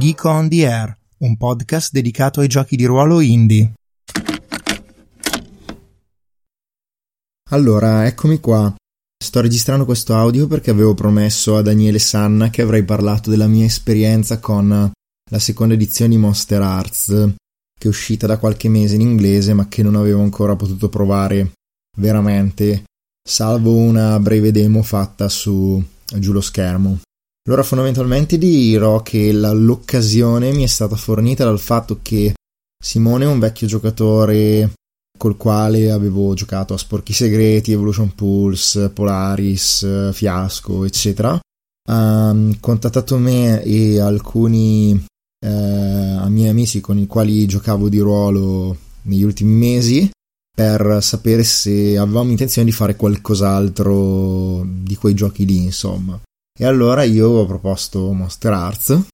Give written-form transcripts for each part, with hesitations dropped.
Geek on the Air, un podcast dedicato ai giochi di ruolo indie. Allora, eccomi qua. Sto registrando questo audio perché avevo promesso a Daniele Sanna che avrei parlato della mia esperienza con la seconda edizione di Monster Hearts, che è uscita da qualche mese in inglese ma che non avevo ancora potuto provare veramente, salvo una breve demo fatta giù lo schermo. Allora, fondamentalmente dirò che l'occasione mi è stata fornita dal fatto che Simone è un vecchio giocatore col quale avevo giocato a Sporchi Segreti, Evolution Pulse, Polaris, Fiasco, eccetera. Ha contattato me e alcuni miei amici con i quali giocavo di ruolo negli ultimi mesi per sapere se avevamo intenzione di fare qualcos'altro di quei giochi lì, insomma. E allora io ho proposto Monster Hearts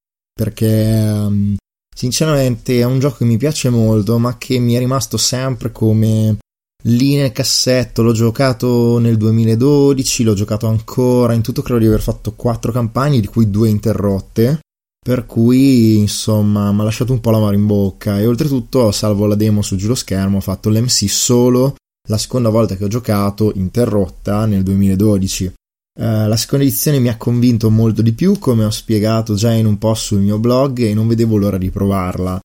perché sinceramente è un gioco che mi piace molto, ma che mi è rimasto sempre come lì nel cassetto. L'ho giocato nel 2012, l'ho giocato ancora, in tutto credo di aver fatto 4 campagne, di cui 2 interrotte, per cui insomma mi ha lasciato un po' l'amaro in bocca. E oltretutto, salvo la demo giù lo schermo, ho fatto l'MC solo la seconda volta che ho giocato interrotta nel 2012. La seconda edizione mi ha convinto molto di più, come ho spiegato già in un post sul mio blog, e non vedevo l'ora di provarla.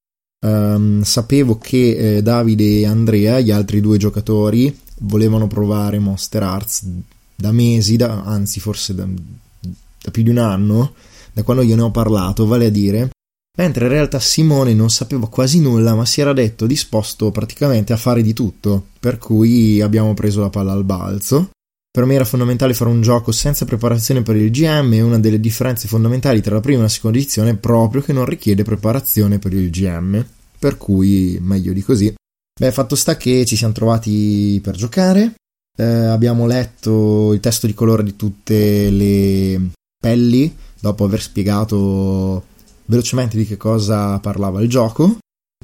Sapevo che Davide e Andrea, gli altri 2 giocatori, volevano provare Monster Hearts da mesi, anzi forse da più di un anno, da quando io ne ho parlato, vale a dire, mentre in realtà Simone non sapeva quasi nulla, ma si era detto disposto praticamente a fare di tutto, per cui abbiamo preso la palla al balzo. Per me era fondamentale fare un gioco senza preparazione per il GM, e una delle differenze fondamentali tra la prima e la seconda edizione è proprio che non richiede preparazione per il GM, per cui meglio di così. Fatto sta che ci siamo trovati per giocare, abbiamo letto il testo di colore di tutte le pelli, dopo aver spiegato velocemente di che cosa parlava il gioco,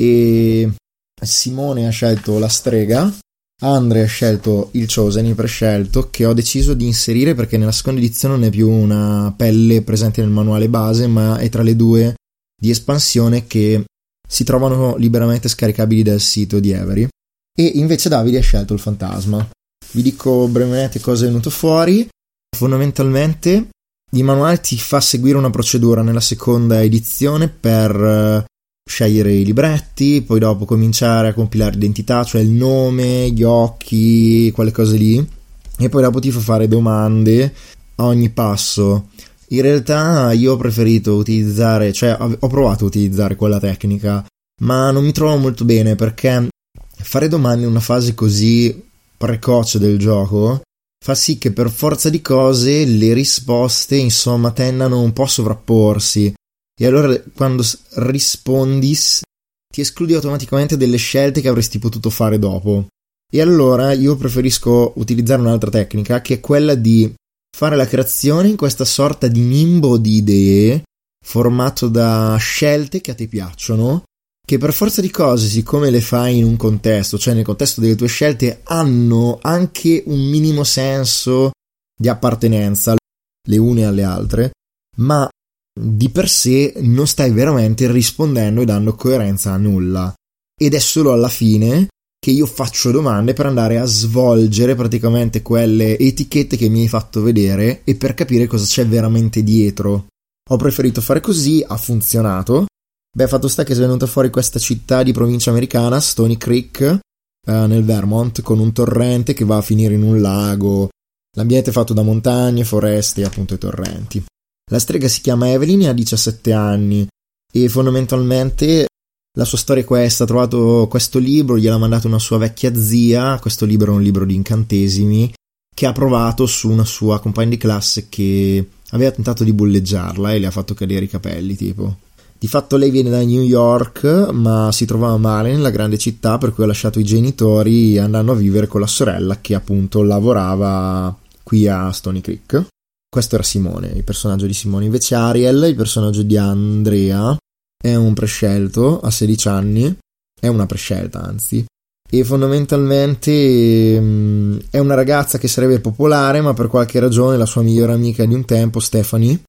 e Simone ha scelto la strega, Andre ha scelto il Chosen, il prescelto, che ho deciso di inserire perché nella seconda edizione non è più una pelle presente nel manuale base, ma è tra le 2 di espansione che si trovano liberamente scaricabili dal sito di Avery. E invece Davide ha scelto il fantasma. Vi dico brevemente cosa è venuto fuori. Fondamentalmente il manuale ti fa seguire una procedura nella seconda edizione per scegliere i libretti, poi dopo cominciare a compilare l'identità, cioè il nome, gli occhi, quelle cose lì, e poi dopo ti fa fare domande a ogni passo. In realtà io ho preferito utilizzare, cioè ho provato a utilizzare quella tecnica, ma non mi trovo molto bene, perché fare domande in una fase così precoce del gioco fa sì che per forza di cose le risposte insomma tendano un po' a sovrapporsi. E allora quando rispondi ti escludi automaticamente delle scelte che avresti potuto fare dopo. E allora io preferisco utilizzare un'altra tecnica, che è quella di fare la creazione in questa sorta di nimbo di idee formato da scelte che a te piacciono, che per forza di cose, siccome le fai in un contesto, cioè nel contesto delle tue scelte, hanno anche un minimo senso di appartenenza le une alle altre, ma di per sé non stai veramente rispondendo e dando coerenza a nulla. Ed è solo alla fine che io faccio domande per andare a svolgere praticamente quelle etichette che mi hai fatto vedere e per capire cosa c'è veramente dietro. Ho preferito fare così, ha funzionato. Fatto sta che è venuta fuori questa città di provincia americana, Stony Creek, nel Vermont, con un torrente che va a finire in un lago. L'ambiente è fatto da montagne, foreste e appunto i torrenti. La strega si chiama Evelyn e ha 17 anni e fondamentalmente la sua storia è questa: ha trovato questo libro, gliel'ha mandato una sua vecchia zia. Questo libro è un libro di incantesimi che ha provato su una sua compagna di classe che aveva tentato di bulleggiarla e le ha fatto cadere i capelli, tipo. Di fatto lei viene da New York, ma si trovava male nella grande città, per cui ha lasciato i genitori andando a vivere con la sorella che appunto lavorava qui a Stony Creek. Questo era Simone, il personaggio di Simone. Invece Ariel, il personaggio di Andrea, è un prescelto, ha 16 anni, è una prescelta anzi, e fondamentalmente è una ragazza che sarebbe popolare, ma per qualche ragione la sua migliore amica di un tempo, Stephanie,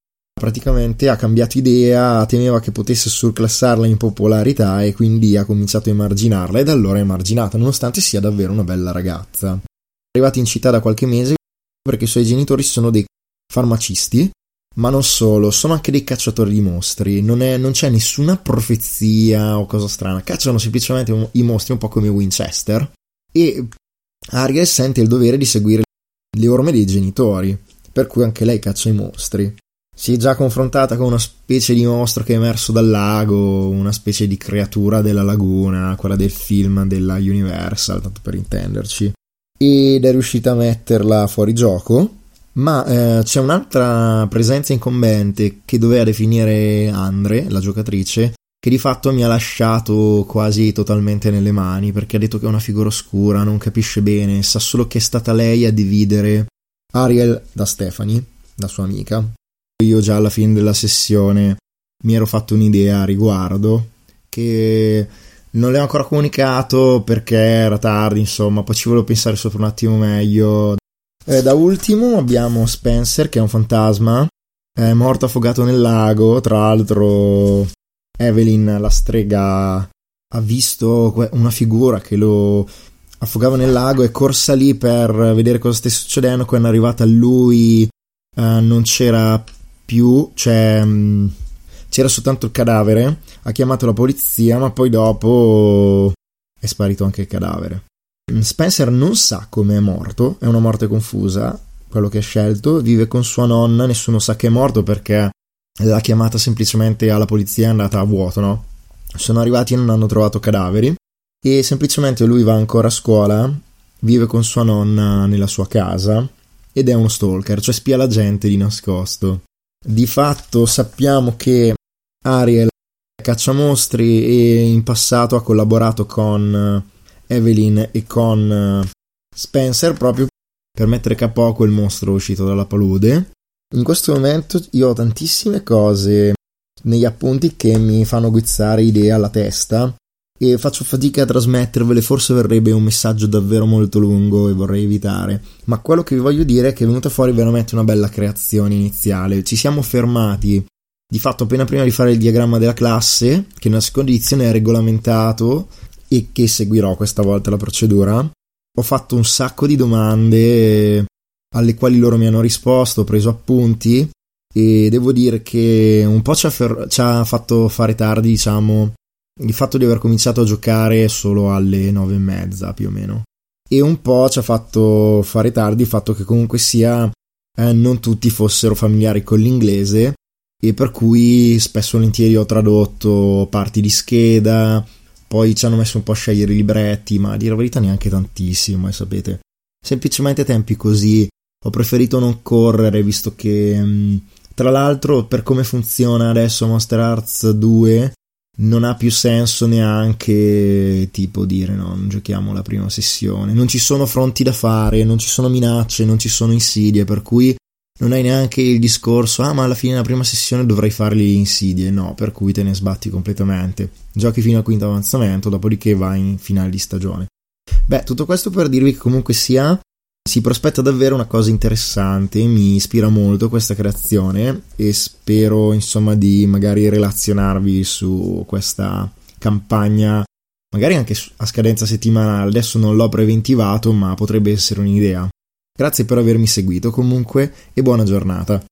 praticamente ha cambiato idea, temeva che potesse surclassarla in popolarità e quindi ha cominciato a emarginarla, e da allora è emarginata, nonostante sia davvero una bella ragazza. È arrivata in città da qualche mese perché i suoi genitori sono dei farmacisti, ma non solo, sono anche dei cacciatori di mostri. Non c'è nessuna profezia o cosa strana, cacciano semplicemente i mostri un po' come Winchester, e Ariel sente il dovere di seguire le orme dei genitori, per cui anche lei caccia i mostri. Si è già confrontata con una specie di mostro che è emerso dal lago, una specie di creatura della laguna, quella del film della Universal, tanto per intenderci, ed è riuscita a metterla fuori gioco. Ma c'è un'altra presenza incombente che doveva definire Andre, la giocatrice, che di fatto mi ha lasciato quasi totalmente nelle mani, perché ha detto che è una figura oscura, non capisce bene, sa solo che è stata lei a dividere Ariel da Stephanie, la sua amica. Io già alla fine della sessione mi ero fatto un'idea a riguardo, che non le ho ancora comunicato perché era tardi, insomma, poi ci volevo pensare sopra un attimo meglio. Da ultimo abbiamo Spencer, che è un fantasma, è morto affogato nel lago. Tra l'altro Evelyn, la strega, ha visto una figura che lo affogava nel lago, è corsa lì per vedere cosa stesse succedendo. Quando è arrivata a lui non c'era più, cioè c'era soltanto il cadavere. Ha chiamato la polizia, ma poi dopo è sparito anche il cadavere. Spencer non sa come è morto, è una morte confusa quello che ha scelto, vive con sua nonna, nessuno sa che è morto perché l'ha chiamata semplicemente alla polizia, è andata a vuoto, no? Sono arrivati e non hanno trovato cadaveri, e semplicemente lui va ancora a scuola, vive con sua nonna nella sua casa ed è uno stalker, cioè spia la gente di nascosto. Di fatto sappiamo che Ariel caccia mostri e in passato ha collaborato con Evelyn e con Spencer proprio per mettere capo a quel mostro uscito dalla palude. In questo momento io ho tantissime cose negli appunti che mi fanno guizzare idee alla testa e faccio fatica a trasmettervele, forse verrebbe un messaggio davvero molto lungo e vorrei evitare, ma quello che vi voglio dire è che è venuta fuori veramente una bella creazione iniziale. Ci siamo fermati di fatto appena prima di fare il diagramma della classe, che nella seconda edizione è regolamentato e che seguirò questa volta la procedura. Ho fatto un sacco di domande alle quali loro mi hanno risposto, ho preso appunti, e devo dire che un po' ci ha fatto fare tardi, diciamo, il fatto di aver cominciato a giocare solo alle 9:30 più o meno, e un po' ci ha fatto fare tardi il fatto che comunque sia non tutti fossero familiari con l'inglese, e per cui spesso e volentieri ho tradotto parti di scheda. Poi ci hanno messo un po' a scegliere i libretti, ma a dire la verità neanche tantissimo, sapete. Semplicemente tempi così. Ho preferito non correre, visto che, tra l'altro, per come funziona adesso Monster Hearts 2, non ha più senso neanche, tipo, dire no, non giochiamo la prima sessione. Non ci sono fronti da fare, non ci sono minacce, non ci sono insidie, per cui non hai neanche il discorso ma alla fine della prima sessione dovrai fare le insidie, no, per cui te ne sbatti completamente, giochi fino al quinto avanzamento, dopodiché vai in finale di stagione. Tutto questo per dirvi che comunque sia si prospetta davvero una cosa interessante, mi ispira molto questa creazione e spero insomma di magari relazionarvi su questa campagna, magari anche a scadenza settimanale. Adesso non l'ho preventivato, ma potrebbe essere un'idea. Grazie per avermi seguito comunque e buona giornata.